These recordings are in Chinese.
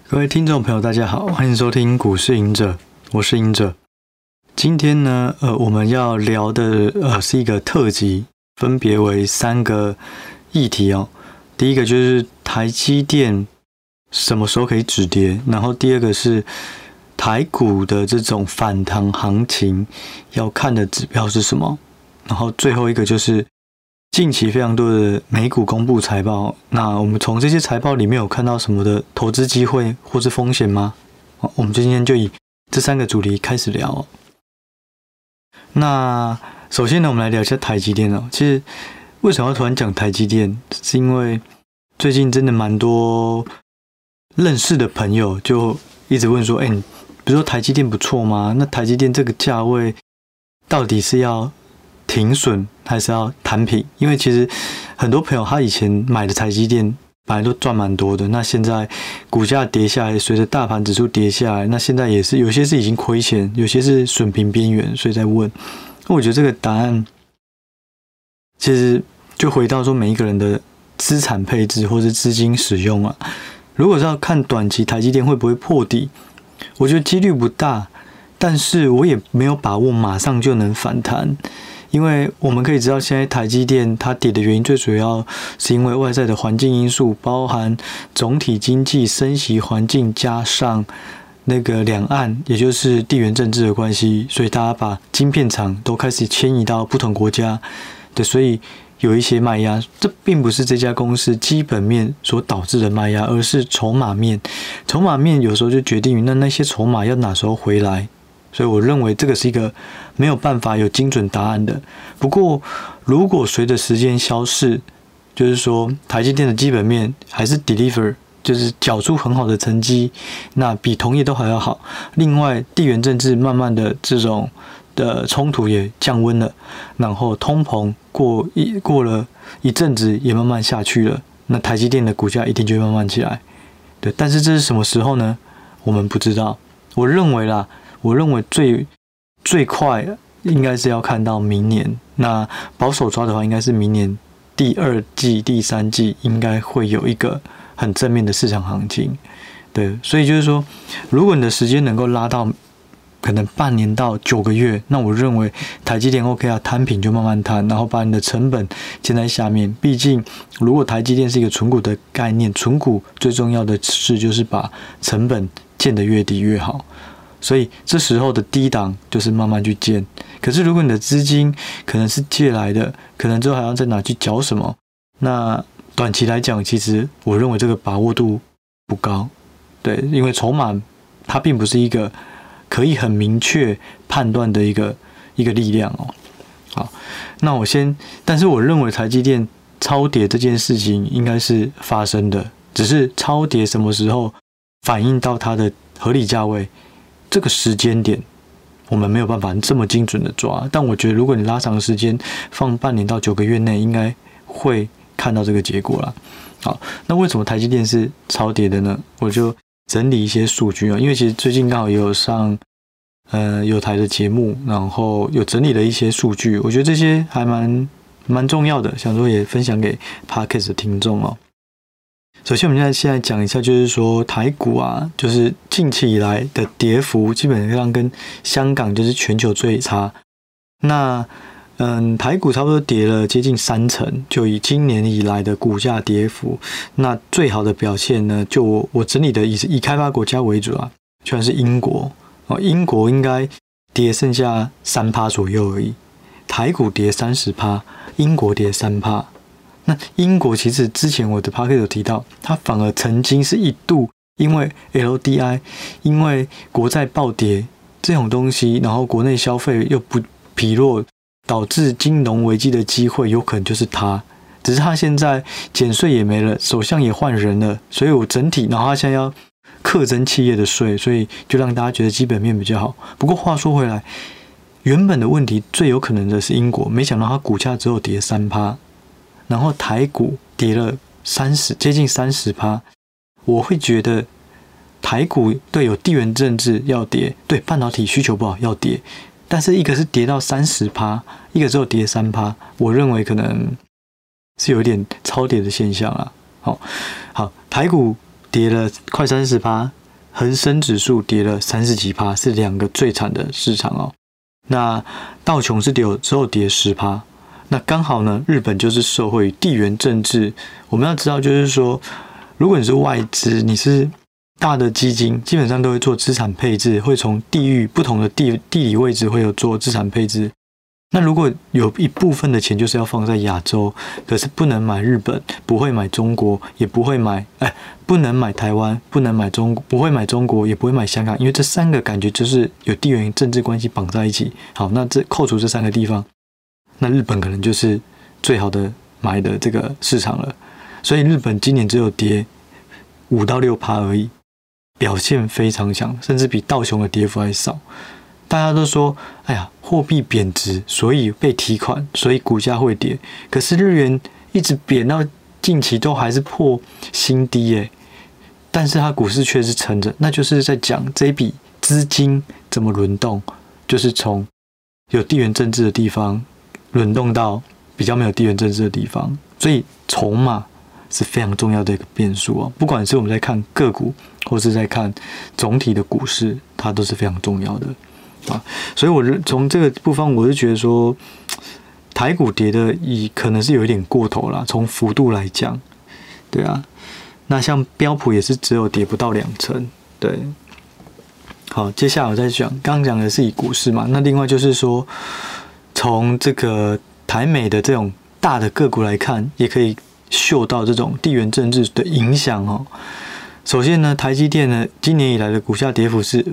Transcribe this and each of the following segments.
各位听众朋友，大家好，欢迎收听股市赢者，我是赢者。今天呢，我们要聊的是一个特辑，分别为3个议题哦。第一个就是台积电什么时候可以止跌，然后第二个是台股的这种反弹行情要看的指标是什么，然后最后一个就是近期非常多的美股公布财报，那我们从这些财报里面有看到什么的投资机会或是风险吗？我们今天就以这3个主题开始聊。那首先呢，我们来聊一下台积电。其实为什么要突然讲台积电，是因为最近真的蛮多认识的朋友就一直问说，你不是说台积电不错吗？那台积电这个价位到底是要停损还是要摊平？因为其实很多朋友他以前买的台积电本来都赚蛮多的，那现在股价跌下来，随着大盘指数跌下来，那现在也是有些是已经亏钱，有些是损平边缘，所以在问。那我觉得这个答案其实就回到说每一个人的资产配置或是资金使用啊。如果是要看短期台积电会不会破底，我觉得几率不大，但是我也没有把握马上就能反弹。因为我们可以知道，现在台积电它跌的原因最主要是因为外在的环境因素，包含总体经济升息环境加上那个两岸也就是地缘政治的关系，所以大家把晶片厂都开始迁移到不同国家，对，所以有一些卖压。这并不是这家公司基本面所导致的卖压，而是筹码面。筹码面有时候就决定于那些筹码要哪时候回来。所以我认为这个是一个没有办法有精准答案的。不过，如果随着时间消逝，就是说台积电的基本面还是 deliver， 就是缴出很好的成绩，那比同业都还要好。另外，地缘政治慢慢的这种的冲突也降温了，然后通膨过了一阵子也慢慢下去了，那台积电的股价一定就会慢慢起来。对，但是这是什么时候呢？我们不知道。我认为最快应该是要看到明年，那保守抓的话，应该是明年第2季、第3季应该会有一个很正面的市场行情。对，所以就是说，如果你的时间能够拉到可能半年到9个月，那我认为台积电 OK 啊，摊平就慢慢摊，然后把你的成本建在下面。毕竟，如果台积电是一个存股的概念，存股最重要的事就是把成本建得越低越好。所以这时候的低档就是慢慢去建，可是如果你的资金可能是借来的，可能之后还要再拿去缴什么，那短期来讲，其实我认为这个把握度不高。对，因为筹码它并不是一个可以很明确判断的一个力量哦。好，那但是我认为台积电超跌这件事情应该是发生的，只是超跌什么时候反映到它的合理价位，这个时间点我们没有办法这么精准的抓，但我觉得如果你拉长时间放半年到9个月内，应该会看到这个结果啦。好，那为什么台积电是超跌的呢？我就整理一些数据啊，因为其实最近刚好也有上有台的节目，然后有整理了一些数据，我觉得这些还蛮重要的，想说也分享给 Podcast 的听众哦。首先，我们现在讲一下，就是说台股啊，就是近期以来的跌幅，基本上跟香港就是全球最差。那台股差不多跌了接近30%，就以今年以来的股价跌幅，那最好的表现呢，就我整理的以开发国家为主啊，居然是英国哦，英国应该跌剩下3%左右而已，台股跌30%，英国跌3%。那英国其实之前我的 podcast 有提到，它反而曾经是一度因为 LDI， 因为国债暴跌这种东西，然后国内消费又不疲弱，导致金融危机的机会有可能就是它。只是它现在减税也没了，首相也换人了，所以我整体，然后它现在要课征企业的税，所以就让大家觉得基本面比较好。不过话说回来，原本的问题最有可能的是英国，没想到它股价只有跌3%。然后台股跌了接近30%，我会觉得台股对有地缘政治要跌，对半导体需求不好要跌，但是一个是跌到30%，一个只有跌3%，我认为可能是有点超跌的现象啊。好，台股跌了快30%， 恒生指数跌了30几%，是2个最惨的市场哦。那道琼是只有跌10%。那刚好呢，日本就是受惠于地缘政治。我们要知道，就是说，如果你是外资，你是大的基金，基本上都会做资产配置，会从不同的地理位置会有做资产配置。那如果有一部分的钱就是要放在亚洲，可是不能买日本，不会买中国，也不会买，不能买台湾，不能买不会买中国，也不会买香港，因为这3个感觉就是有地缘政治关系绑在一起。好，那扣除这3个地方。那日本可能就是最好的买的这个市场了，所以日本今年只有跌5到6%而已，表现非常强，甚至比道琼的跌幅还少。大家都说，哎呀，货币贬值，所以被提款，所以股价会跌。可是日元一直贬到近期都还是破新低耶，但是它股市却是撑着，那就是在讲这一笔资金怎么轮动，就是从有地缘政治的地方轮动到比较没有地缘政治的地方，所以筹码是非常重要的一个变数哦。不管是我们在看个股，或是在看总体的股市，它都是非常重要的啊。所以我从这个部分，我就觉得说，台股跌的可能是有一点过头啦，从幅度来讲，对啊。那像标普也是只有跌不到2%，对。好，接下来我再讲，刚刚讲的是以股市嘛，那另外就是说，从这个台美的这种大的个股来看，也可以嗅到这种地缘政治的影响哦。首先呢，台积电呢今年以来的股价跌幅是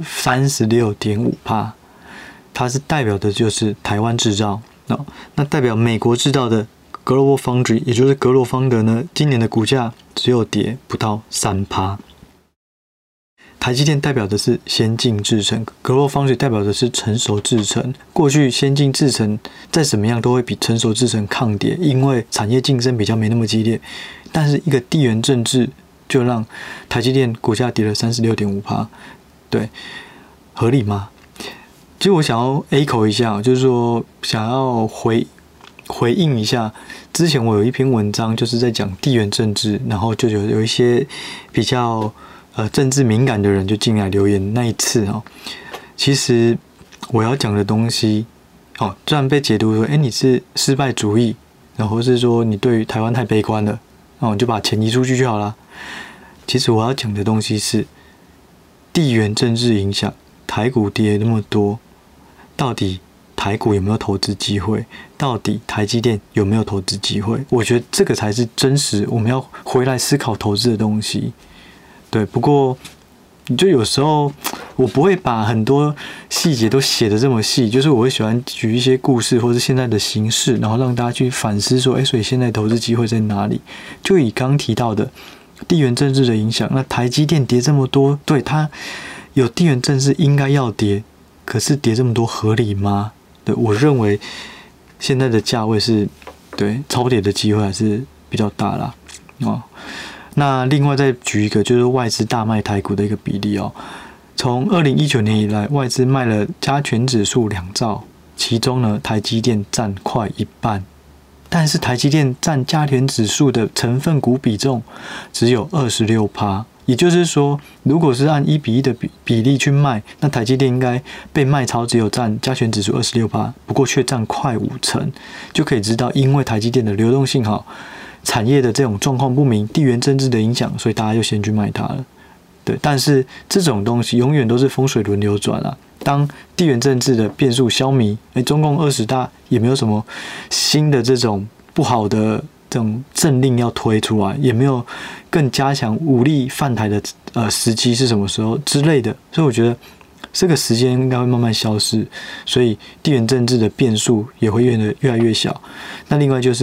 36.5%， 它是代表的就是台湾制造哦。那代表美国制造的 Global Foundry， 也就是格罗方德呢，今年的股价只有跌不到 3%。台积电代表的是先进制程，Global Foundry 代表的是成熟制程。过去先进制程再怎么样都会比成熟制程抗跌，因为产业竞争比较没那么激烈。但是一个地缘政治就让台积电股价跌了 36.5%， 对，合理吗？其实我想要 echo 一下，就是说想要回应一下，之前我有一篇文章就是在讲地缘政治，然后就有一些比较政治敏感的人就进来留言。那一次哦，其实我要讲的东西哦，虽然被解读说，你是失败主义，然后是说你对于台湾太悲观了，那我就把钱移出去就好了。其实我要讲的东西是地缘政治影响台股跌那么多，到底台股有没有投资机会？到底台积电有没有投资机会？我觉得这个才是真实我们要回来思考投资的东西。对，不过你就有时候我不会把很多细节都写得这么细，就是我会喜欢举一些故事或是现在的形势，然后让大家去反思说，所以现在投资机会在哪里？就以刚提到的地缘政治的影响，那台积电跌这么多，对，它有地缘政治应该要跌，可是跌这么多合理吗？对，我认为现在的价位是对超跌的机会还是比较大啦。那另外再举一个，就是外资大卖台股的一个比例哦。从2019年以来，外资卖了加权指数2兆，其中呢，台积电占快一半。但是台积电占加权指数的成分股比重只有 26%， 也就是说，如果是按1:1的比例去卖，那台积电应该被卖超只有占加权指数 26%， 不过却占快50%，就可以知道，因为台积电的流动性好，产业的这种状况不明，地缘政治的影响，所以大家就先去卖它了。对，但是这种东西永远都是风水轮流转啊。当地缘政治的变数消弭，中共20大也没有什么新的这种不好的这种政令要推出来，也没有更加强武力犯台的时机是什么时候之类的，所以我觉得这个时间应该会慢慢消失，所以地缘政治的变数也会越来越小。那另外就是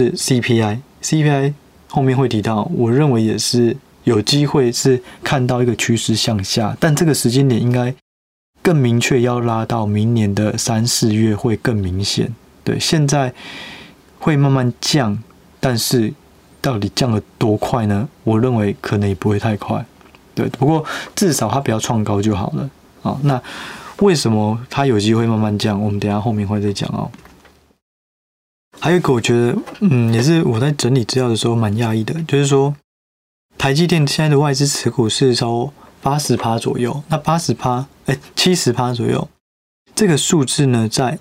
CPI 后面会提到，我认为也是有机会是看到一个趋势向下，但这个时间点应该更明确，要拉到明年的3、4月会更明显。对，现在会慢慢降，但是到底降了多快呢？我认为可能也不会太快。对，不过至少它不要创高就好了。好，那为什么它有机会慢慢降？我们等一下后面会再讲哦。还有一个我觉得，也是我在整理资料的时候蛮讶异的，就是说台积电现在的外资持股是超 80%左右，那70%左右，这个数字呢，在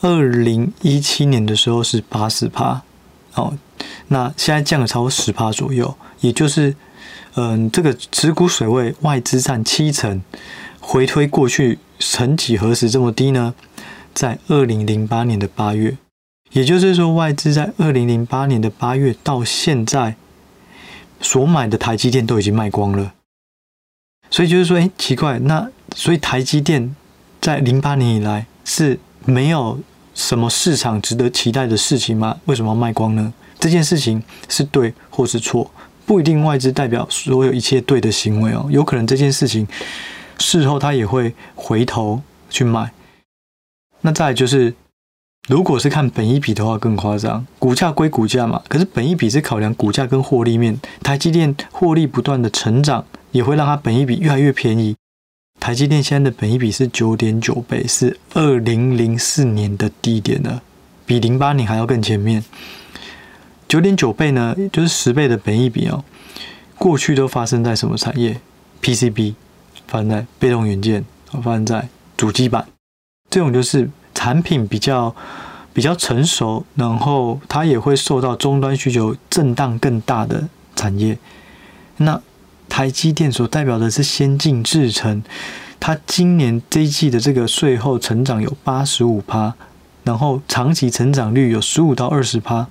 2017年的时候是80%，那现在降了超过10%左右，也就是这个持股水位外资占70%，回推过去，曾几何时这么低呢？在2008年的8月，也就是说外资在2008年的8月到现在所买的台积电都已经卖光了。所以就是说，奇怪，那所以台积电在08年以来是没有什么市场值得期待的事情吗？为什么要卖光呢？这件事情是对或是错，不一定外资代表所有一切对的行为哦，有可能这件事情事后他也会回头去买。那再来就是，如果是看本益比的话更夸张，股价归股价嘛，可是本益比是考量股价跟获利面，台积电获利不断的成长，也会让它本益比越来越便宜。台积电现在的本益比是 9.9 倍，是2004年的低点了，比08年还要更前面。9.9 倍呢，就是10倍的本益比哦。过去都发生在什么产业 ？PCB 发生在被动元件，发生在主机板，这种就是产品比较成熟，然后它也会受到终端需求震荡更大的产业。那台积电所代表的是先进制程，它今年这一季的这个税后成长有 85%， 然后长期成长率有15%到20%，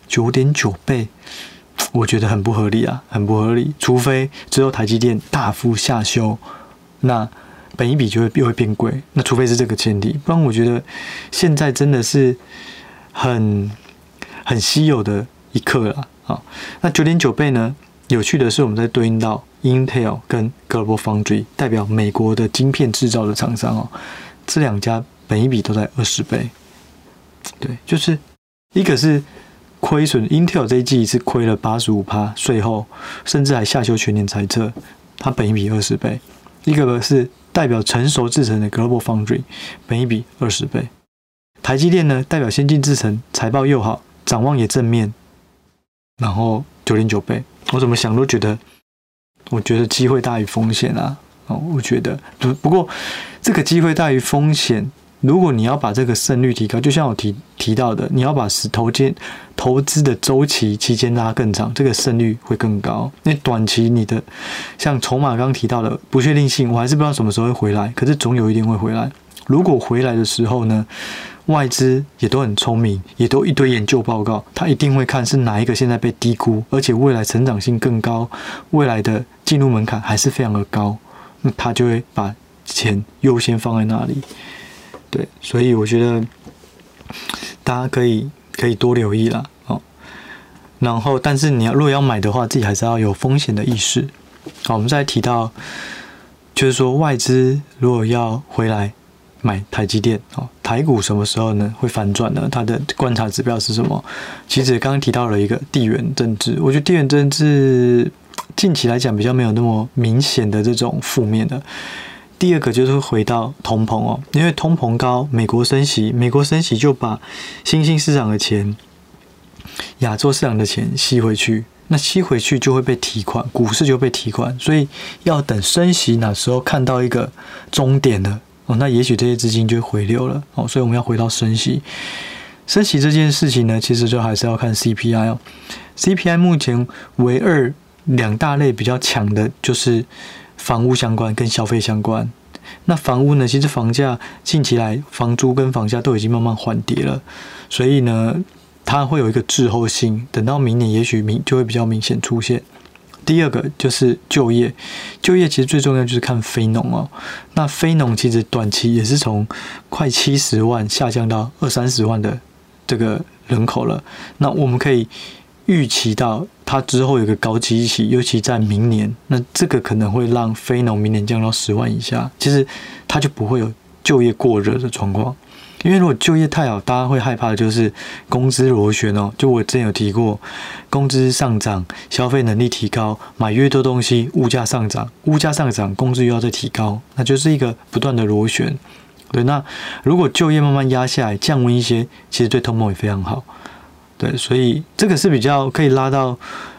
9.9 倍，我觉得很不合理啊，很不合理。除非之后台积电大幅下修，那本益比就会又会变贵，那除非是这个前提，不然我觉得现在真的是很稀有的一刻了啊。那 9.9 倍呢？有趣的是，我们在对应到 Intel 跟 Global Foundry， 代表美国的晶片制造的厂商哦，这两家本益比都在20倍。对，就是一个是亏损 ，Intel 这一季是亏了 85% 税后，甚至还下修全年财测，它本益比20倍；一个是代表成熟制程的 Global Foundry， 本益比20倍。台积电呢，代表先进制程，财报又好，展望也正面，然后 9.9 倍。我怎么想都觉得，我觉得机会大于风险啊！我觉得，不过这个机会大于风险，如果你要把这个胜率提高，就像我提到的，你要把投资的周期期间拉更长，这个胜率会更高。因为短期你的像筹码刚刚提到的不确定性，我还是不知道什么时候会回来，可是总有一天会回来。如果回来的时候呢，外资也都很聪明，也都一堆研究报告，他一定会看是哪一个现在被低估，而且未来成长性更高，未来的进入门槛还是非常的高，那他就会把钱优先放在那里。对，所以我觉得大家可以多留意啦，然后，但是你如果要买的话，自己还是要有风险的意识。好，我们再提到，就是说外资如果要回来买台积电，台股什么时候呢会反转呢？它的观察指标是什么？其实刚刚提到了一个地缘政治，我觉得地缘政治近期来讲比较没有那么明显的这种负面的。第二个就是回到通膨哦，因为通膨高，美国升息就把新兴市场的钱、亚洲市场的钱吸回去，那吸回去就会被提款，股市就被提款，所以要等升息哪时候看到一个终点了。那也许这些资金就回流了，所以我们要回到升息。升息这件事情呢，其实就还是要看 CPI 哦。CPI 目前唯二两大类比较强的就是房屋相关跟消费相关。那房屋呢，其实房价近期来房租跟房价都已经慢慢缓跌了，所以呢，它会有一个滞后性，等到明年也许就会比较明显出现。第二个就是就业其实最重要就是看非农哦。那非农其实短期也是从快70万下降到20-30万的这个人口了。那我们可以预期到它之后有个高基期，尤其在明年，那这个可能会让非农明年降到10万以下，其实它就不会有就业过热的状况。因为如果就业太好，大家会害怕的就是工资螺旋哦。就我之前有提过，工资上涨，消费能力提高，买越多东西，物价上涨，工资又要再提高，那就是一个不断的螺旋。对，那如果就业慢慢压下来，降温一些，其实对通膨也非常好。对，所以这个是比较可以拉到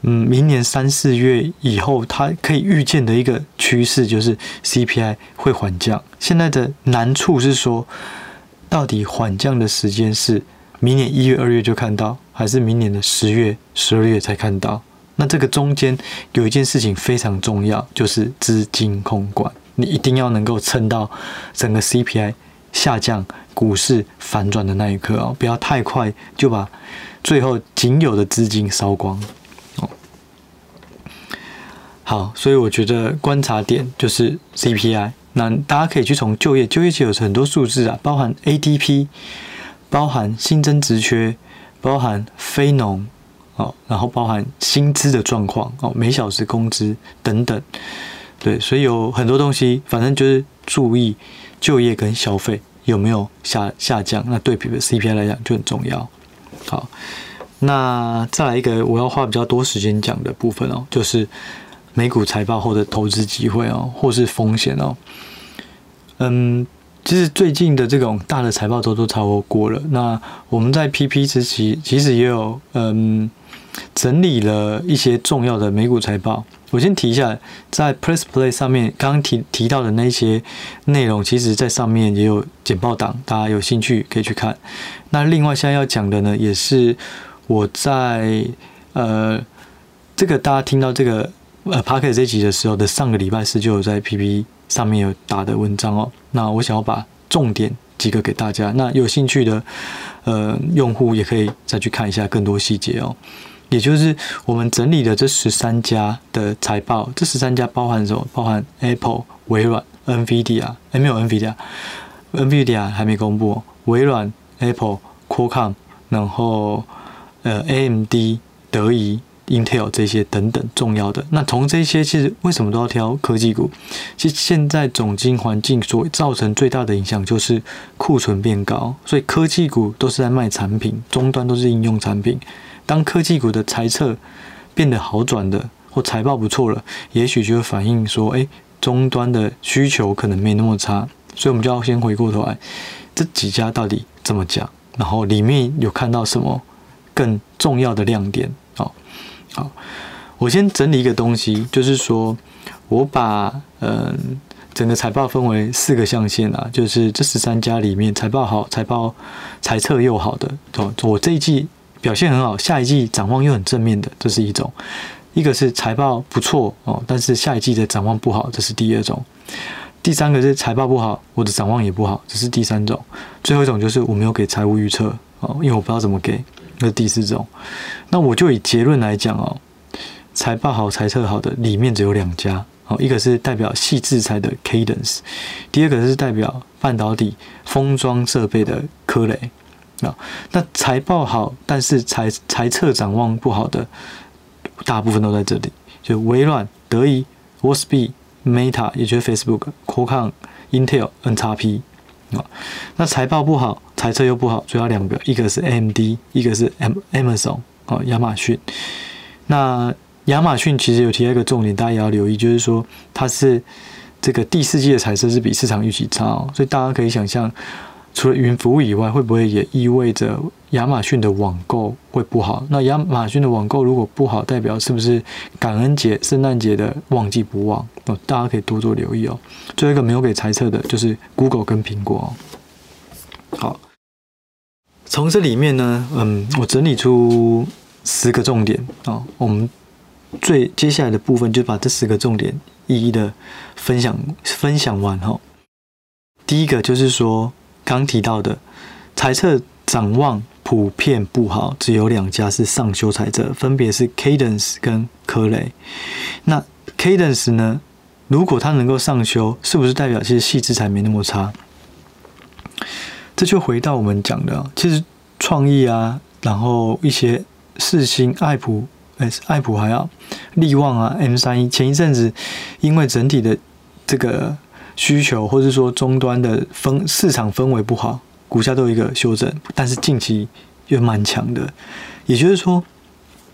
明年3、4月以后，它可以预见的一个趋势就是 CPI 会缓降。现在的难处是说，到底缓降的时间是明年1月、2月就看到，还是明年的10月、12月才看到？那这个中间有一件事情非常重要，就是资金控管。你一定要能够撑到整个 CPI 下降、股市反转的那一刻哦，不要太快就把最后仅有的资金烧光哦。好，所以我觉得观察点就是 CPI。那大家可以去从就业其实有很多数字啊，包含 ADP， 包含新增职缺，包含非农哦，然后包含薪资的状况哦，每小时工资等等。对，所以有很多东西，反正就是注意就业跟消费有没有下降，那对比 CPI 来讲就很重要。好，那再来一个我要花比较多时间讲的部分哦，就是美股财报后的投资机会哦，或是风险哦。其实最近的这种大的财报周都差不多过了，那我们在 PP 时期其实也有整理了一些重要的美股财报。我先提一下，在 Press Play 上面刚刚提到的那些内容，其实在上面也有简报档，大家有兴趣可以去看。那另外现在要讲的呢，也是我在这个大家听到这个Podcast 这一集的时候的上个礼拜四就有在 PP 上面有打的文章哦。那我想要把重点几个给大家，那有兴趣的用户也可以再去看一下更多细节哦。也就是我们整理的这13家的财报，这13家包含什么？包含 Apple、微软、NVIDIA， 没有 NVIDIA 还没公布哦。微软、Apple、Qualcomm， 然后AMD、德仪、Intel 这些等等重要的。那从这些其实为什么都要挑科技股？其实现在总经环境所造成最大的影响就是库存变高，所以科技股都是在卖产品，终端都是应用产品。当科技股的财测变得好转的，或财报不错了，也许就会反映说，终端的需求可能没那么差，所以我们就要先回过头来，这几家到底怎么讲，然后里面有看到什么更重要的亮点。好，我先整理一个东西，就是说我把整个财报分为4个象限啊，就是这13家里面财报好、财测又好的，我这一季表现很好，下一季展望又很正面的，这是一种；一个是财报不错哦，但是下一季的展望不好，这是第二种；第三个是财报不好，我的展望也不好，这是第三种；最后一种就是我没有给财务预测哦，因为我不知道怎么给，这是第4种。那我就以结论来讲哦，财报好、财测好的里面只有2家哦，一个是代表矽智财的 Cadence， 第二个是代表半导体封装设备的科雷。那财报好，但是财测展望不好的，大部分都在这里，就微软、德仪、WSP、Meta， 也就是 Facebook、Qualcomm、Intel、NXP。那财报不好，财测又不好，主要2个，一个是 AMD， 一个是 Amazon 亚马逊。那亚马逊其实有提到一个重点，大家也要留意，就是说它是这个第4季的财测是比市场预期差哦，所以大家可以想象。除了云服务以外，会不会也意味着亚马逊的网购会不好？那亚马逊的网购如果不好，代表是不是感恩节、圣诞节的旺季不旺？大家可以多做留意哦。最后一个没有给猜测的就是 Google 跟苹果哦。好，从这里面呢，我整理出10个重点哦。我们接下来的部分就把这10个重点一一的分享完哈。第一个就是说。刚提到的财测展望普遍不好，只有2家是上修财测，分别是 Cadence 跟科雷。那 Cadence 呢，如果它能够上修，是不是代表其实矽智财没那么差？这就回到我们讲的，其实创意啊，然后一些世芯、爱普还好，力旺啊 M31， 前一阵子因为整体的这个需求，或是说终端的市场氛围不好，股价都有一个修正，但是近期又蛮强的。也就是说，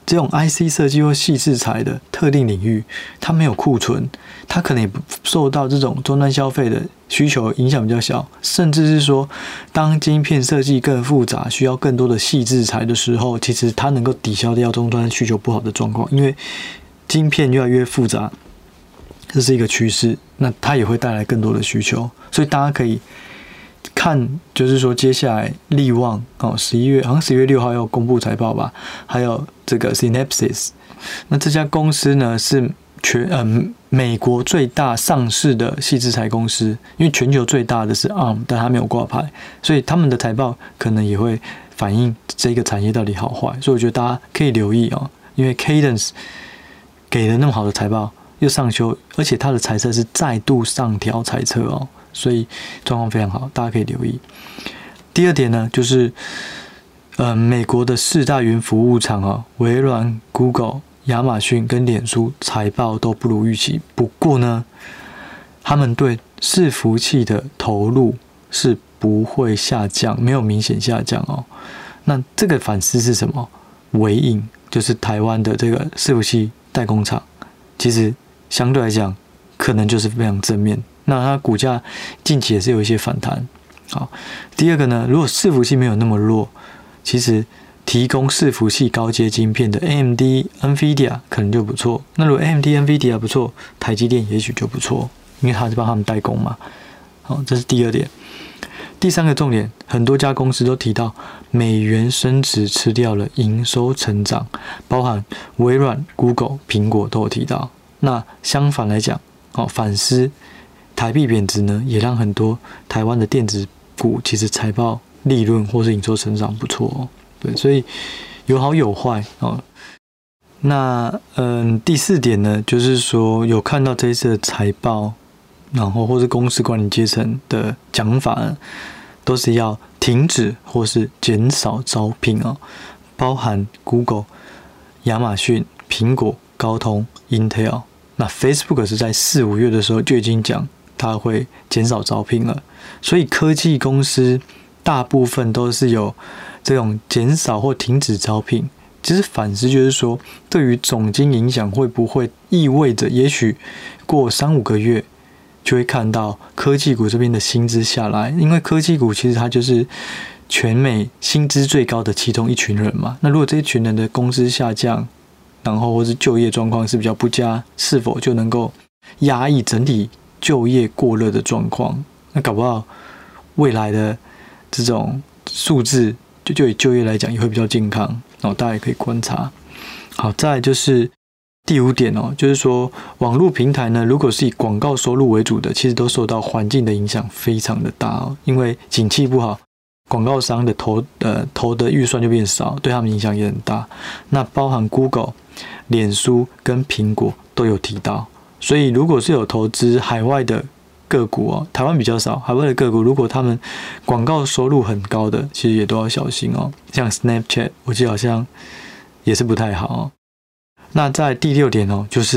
这种 IC 设计或细制材的特定领域，它没有库存，它可能也不受到这种终端消费的需求影响比较小，甚至是说，当晶片设计更复杂，需要更多的细制材的时候，其实它能够抵消掉终端需求不好的状况，因为晶片越来越复杂，这是一个趋势，那它也会带来更多的需求，所以大家可以看，就是说接下来力旺11月好像11月6号要公布财报吧，还有这个 Synopsys， 那这家公司呢是美国最大上市的细制材公司，因为全球最大的是 ARM， 但它没有挂牌，所以他们的财报可能也会反映这个产业到底好坏，所以我觉得大家可以留意因为 Cadence 给了那么好的财报又上修，而且它的财测是再度上调财测所以状况非常好，大家可以留意。第二点呢，就是美国的4大云服务厂微软、Google、亚马逊跟脸书财报都不如预期。不过呢，他们对伺服器的投入是不会下降，没有明显下降那这个反思是什么？微影就是台湾的这个伺服器代工厂，其实相对来讲可能就是非常正面。那它股价近期也是有一些反弹。好，第二个呢，如果伺服器没有那么弱，其实提供伺服器高阶晶片的 AMD、NVIDIA 可能就不错。那如果 AMD、NVIDIA 不错，台积电也许就不错，因为它是帮他们代工嘛。好，这是第二点。第三个重点，很多家公司都提到美元升值吃掉了营收成长，包含微软、Google、苹果都有提到。那相反来讲，反思台币贬值呢，也让很多台湾的电子股其实财报利润或是营收成长不错对，所以有好有坏那第四点呢，就是说有看到这一次的财报，然后或是公司管理阶层的讲法呢，都是要停止或是减少招聘包含 Google、亚马逊、苹果、高通、Intel。那 Facebook 是在4、5月的时候就已经讲它会减少招聘了，所以科技公司大部分都是有这种减少或停止招聘。其实反思就是说，对于总经影响会不会意味着，也许过3、5个月就会看到科技股这边的薪资下来，因为科技股其实它就是全美薪资最高的其中一群人嘛。那如果这一群人的工资下降，然后或是就业状况是比较不佳，是否就能够压抑整体就业过热的状况？那搞不好未来的这种数字就以就业来讲也会比较健康，大家也可以观察。好，再来就是第5点就是说网络平台呢，如果是以广告收入为主的，其实都受到环境的影响非常的大因为景气不好，广告商的投的预算就变少，对他们影响也很大。那包含 Google、脸书跟苹果都有提到，所以如果是有投资海外的个股台湾比较少，海外的个股如果他们广告收入很高的，其实也都要小心像 Snapchat 我记得好像也是不太好那在第6点就是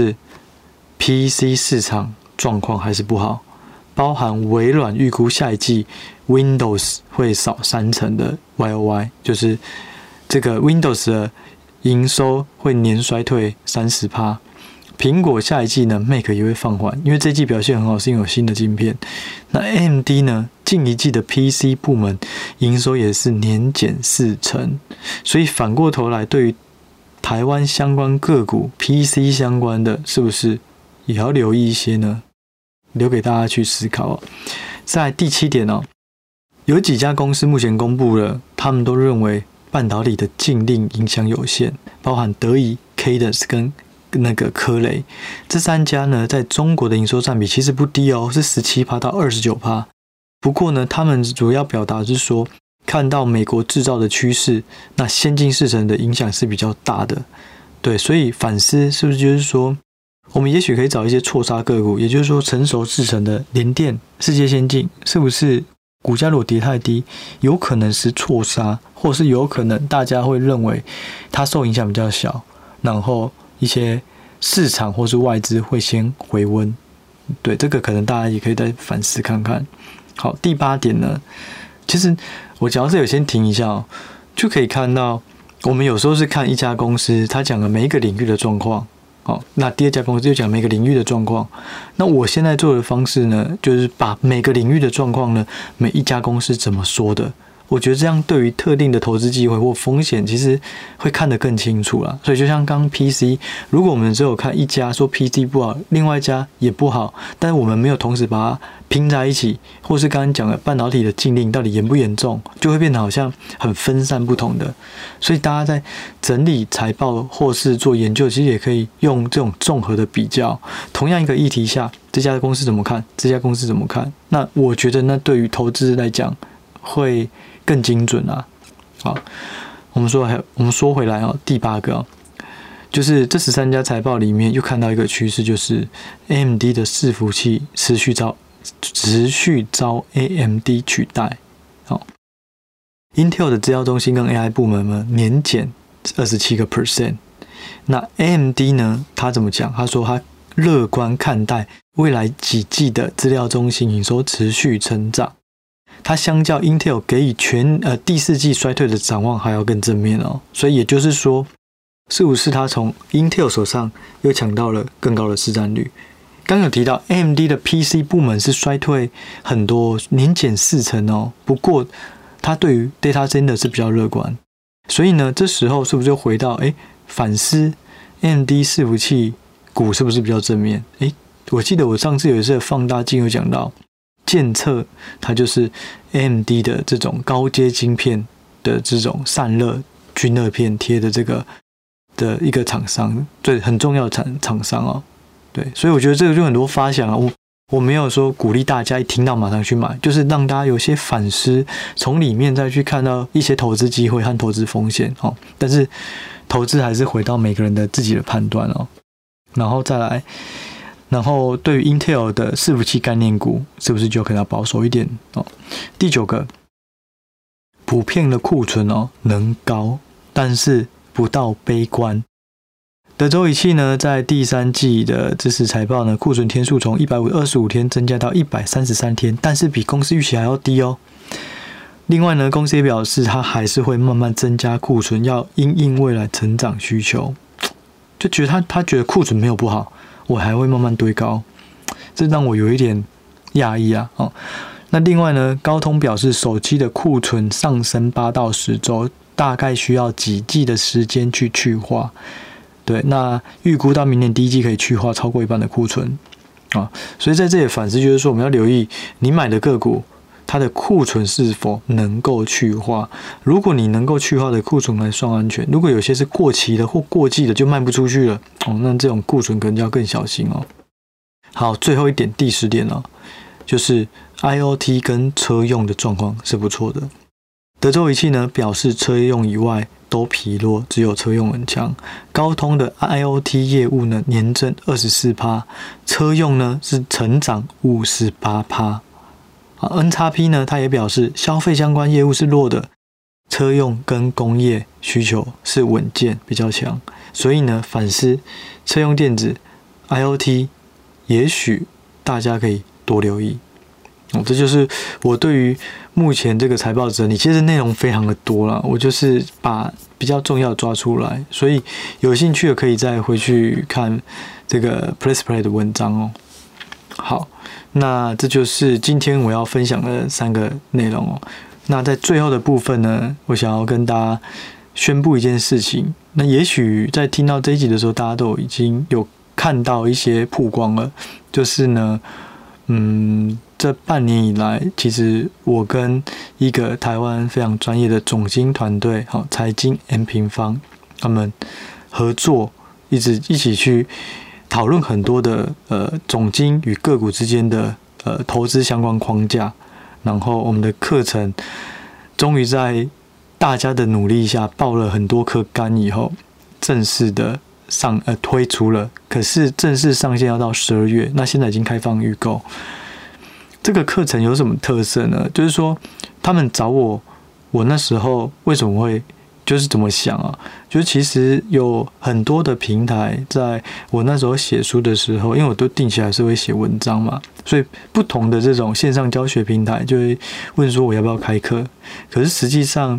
PC 市场状况还是不好，包含微软预估下一季 Windows 会少30%的 YOY， 就是这个 Windows 的营收会年衰退30%。苹果下一季呢 Mac 也会放缓，因为这一季表现很好是因为有新的晶片。那 AMD 呢近一季的 PC 部门营收也是年减40%，所以反过头来对于台湾相关个股 PC 相关的是不是也要留意一些呢？留给大家去思考在第7点有几家公司目前公布了，他们都认为半导体的禁令影响有限，包含德仪、Cadence 跟那个科雷这3家呢，在中国的营收占比其实不低是 17% 到 29%。不过呢，他们主要表达是说，看到美国制造的趋势，那先进制程的影响是比较大的。对，所以反思是不是就是说，我们也许可以找一些错杀个股，也就是说成熟制程的联电、世界先进，是不是股价如果跌太低，有可能是错杀，或是有可能大家会认为它受影响比较小，然后一些市场或是外资会先回温。对，这个可能大家也可以再反思看看。好，第8点呢，其实我只要是有先停一下就可以看到我们有时候是看一家公司，他讲了每一个领域的状况，那第二家公司就讲每个领域的状况。那我现在做的方式呢，就是把每个领域的状况呢，每一家公司怎么说的，我觉得这样对于特定的投资机会或风险，其实会看得更清楚啦。所以就像刚刚 PC， 如果我们只有看一家说 PC 不好，另外一家也不好，但是我们没有同时把它拼在一起，或是刚刚讲的半导体的禁令到底严不严重，就会变得好像很分散不同的。所以大家在整理财报或是做研究，其实也可以用这种综合的比较，同样一个议题下，这家公司怎么看，这家公司怎么看，那我觉得那对于投资来讲会更精准啊！好，我们说回来第8个就是这13家财报里面又看到一个趋势，就是 AMD 的伺服器持续遭 AMD 取代。Intel 的资料中心跟 AI 部门呢年减27%。那 AMD 呢，他怎么讲？他说他乐观看待未来几季的资料中心营收持续成长。它相较 Intel 给予第4季衰退的展望还要更正面所以也就是说，是不是它从 Intel 手上又抢到了更高的市占率？刚有提到 AMD 的 PC 部门是衰退很多，年减40%不过它对于 Data Center 是比较乐观，所以呢，这时候是不是就回到反思 AMD 伺服器股是不是比较正面？我记得我上次有一次放大镜有讲到。检测它就是 AMD 的这种高阶晶片的这种散热均热片贴的这个的一个厂商，对，很重要的厂商对，所以我觉得这个就很多发想我没有说鼓励大家一听到马上去买，就是让大家有些反思，从里面再去看到一些投资机会和投资风险但是投资还是回到每个人的自己的判断然后再来。然后对于 Intel 的伺服器概念股，是不是就可能要保守一点第9个，普遍的库存能高，但是不到悲观。德州仪器呢，在第3季的这次财报呢，库存天数从125天增加到133天，但是比公司预期还要低另外呢，公司也表示，它还是会慢慢增加库存，要因应未来成长需求。就觉得他觉得库存没有不好。我还会慢慢堆高，这让我有一点讶异那另外呢，高通表示手机的库存上升8到10周，大概需要几季的时间去去化。对，那预估到明年第1季可以去化超过一半的库存所以在这里反思就是说，我们要留意你买的个股，它的库存是否能够去化。如果你能够去化的库存还算安全，如果有些是过期的或过季的就卖不出去了那这种库存可能就要更小心好，最后一点第10点就是 IoT 跟车用的状况是不错的。德州仪器呢表示，车用以外都疲弱，只有车用很强。高通的 IoT 业务呢年增24%，车用呢是成长58%。NXP 呢，他也表示消费相关业务是弱的，车用跟工业需求是稳健比较强，所以呢，反思车用电子 IoT， 也许大家可以多留意这就是我对于目前这个财报整理，其实内容非常的多啦，我就是把比较重要的抓出来，所以有兴趣的可以再回去看这个 PressPlay 的文章好，那这就是今天我要分享的3个内容那在最后的部分呢，我想要跟大家宣布一件事情。那也许在听到这一集的时候，大家都已经有看到一些曝光了，就是呢，这半年以来，其实我跟一个台湾非常专业的总经团队，财经 M 平方，他们合作，一起去讨论很多的总经与个股之间的投资相关框架，然后我们的课程终于在大家的努力下爆了很多颗肝以后，正式的推出了，可是正式上线要到12月，那现在已经开放预购。这个课程有什么特色呢？就是说他们找我那时候为什么会就是怎么想就是其实有很多的平台，在我那时候写书的时候，因为我都定期还是会写文章嘛，所以不同的这种线上教学平台就会问说我要不要开课，可是实际上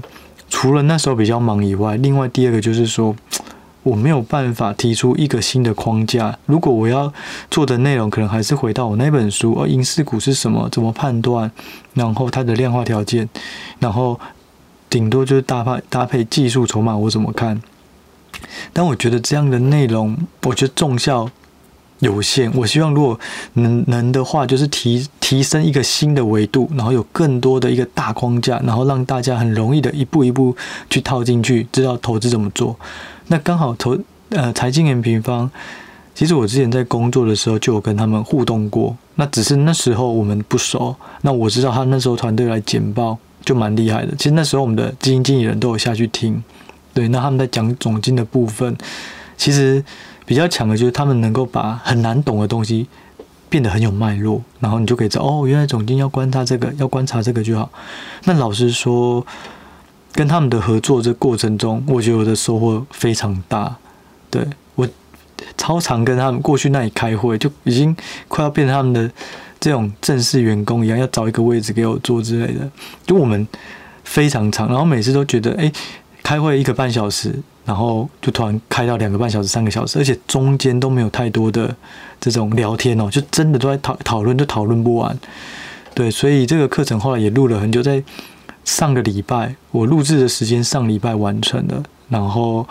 除了那时候比较忙以外，另外第二个就是说，我没有办法提出一个新的框架。如果我要做的内容，可能还是回到我那本书，银饰股是什么，怎么判断，然后它的量化条件，然后顶多就是搭配技术筹码，我怎么看。但我觉得这样的内容，我觉得重效有限。我希望如果能的话，就是提升一个新的维度，然后有更多的一个大框架，然后让大家很容易的一步一步去套进去，知道投资怎么做。那刚好财经M平方，其实我之前在工作的时候就有跟他们互动过，那只是那时候我们不熟。那我知道他那时候团队来简报就蛮厉害的，其实那时候我们的基金经理人都有下去听。对，那他们在讲总经的部分，其实比较强的就是他们能够把很难懂的东西变得很有脉络，然后你就可以知道，原来总经要观察这个，要观察这个就好。那老实说，跟他们的合作这过程中，我觉得我的收获非常大。对，我超常跟他们过去那里开会，就已经快要变成他们的这种正式员工一样，要找一个位置给我坐之类的。就我们非常长，然后每次都觉得，开会1个半小时，然后就突然开到2个半小时、3个小时，而且中间都没有太多的这种聊天就真的都在讨论，就讨论不完。对，所以这个课程后来也录了很久，在上个礼拜我录制的时间上礼拜完成了，然后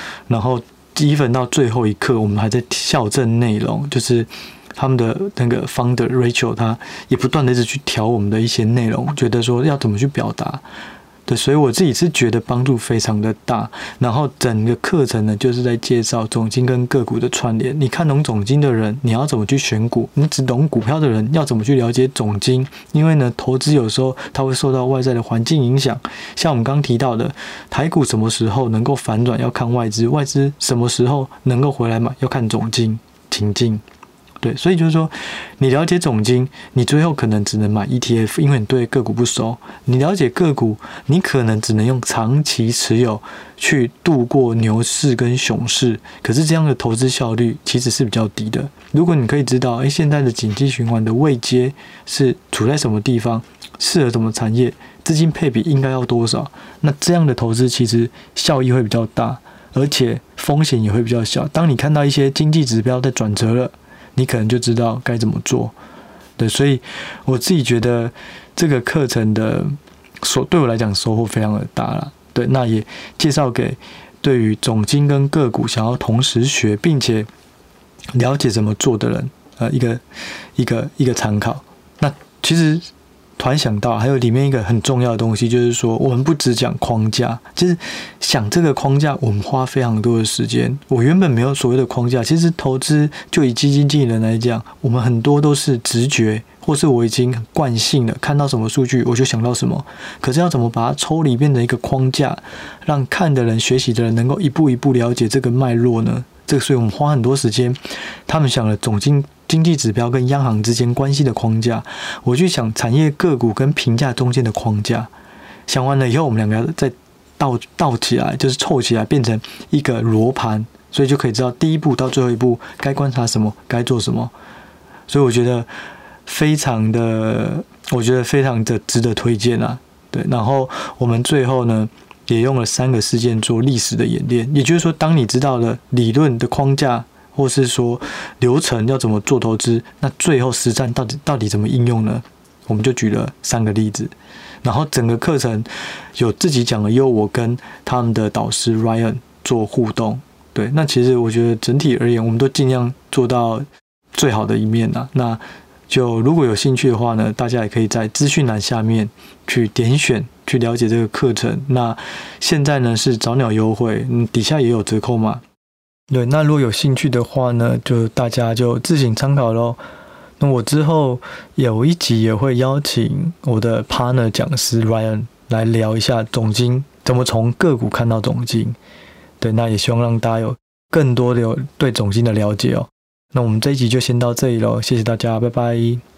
even到最后一刻，我们还在校正内容，就是他们的那个 founder Rachel， 他也不断的一直去调我们的一些内容，觉得说要怎么去表达。对，所以我自己是觉得帮助非常的大。然后整个课程呢，就是在介绍总经跟个股的串联。你看懂总经的人，你要怎么去选股？你只懂股票的人，要怎么去了解总经？因为呢，投资有时候它会受到外在的环境影响。像我们刚提到的，台股什么时候能够反转，要看外资；外资什么时候能够回来买，要看总经情境。对，所以就是说，你了解总经，你最后可能只能买 ETF， 因为你对个股不熟。你了解个股，你可能只能用长期持有去度过牛市跟熊市。可是这样的投资效率其实是比较低的。如果你可以知道，现在的景气循环的位阶是处在什么地方，适合什么产业，资金配比应该要多少，那这样的投资其实效益会比较大，而且风险也会比较小。当你看到一些经济指标在转折了，你可能就知道该怎么做。对，所以我自己觉得这个课程的对我来讲收获非常的大啦。对，那也介绍给对于总经跟个股想要同时学并且了解怎么做的人，一个参考。那其实突然想到，还有里面一个很重要的东西，就是说我们不只讲框架，就是想这个框架，我们花非常多的时间。我原本没有所谓的框架，其实投资就以基金经理人来讲，我们很多都是直觉，或是我已经很惯性的看到什么数据我就想到什么。可是要怎么把它抽离变成一个框架，让看的人、学习的人能够一步一步了解这个脉络呢？所以我们花很多时间，他们想了总经济指标跟央行之间关系的框架，我去想产业个股跟评价中间的框架。想完了以后，我们两个再倒起来，就是凑起来变成一个罗盘，所以就可以知道第一步到最后一步该观察什么，该做什么。所以我觉得非常的值得推荐啊。对，然后我们最后呢，也用了3个事件做历史的演练，也就是说，当你知道了理论的框架，或是说流程要怎么做投资，那最后实战到底怎么应用呢？我们就举了3个例子，然后整个课程有自己讲的，也有我跟他们的导师 Ryan 做互动。对，那其实我觉得整体而言，我们都尽量做到最好的一面啊。那就如果有兴趣的话呢，大家也可以在资讯栏下面去点选去了解这个课程。那现在呢是早鸟优惠，底下也有折扣码。对，那如果有兴趣的话呢，就大家就自行参考咯。那我之后有一集也会邀请我的 partner 讲师 Ryan 来聊一下总经怎么从个股看到总经。对，那也希望让大家有更多的对总经的了解哦。那我们这一集就先到这里咯，谢谢大家，拜拜。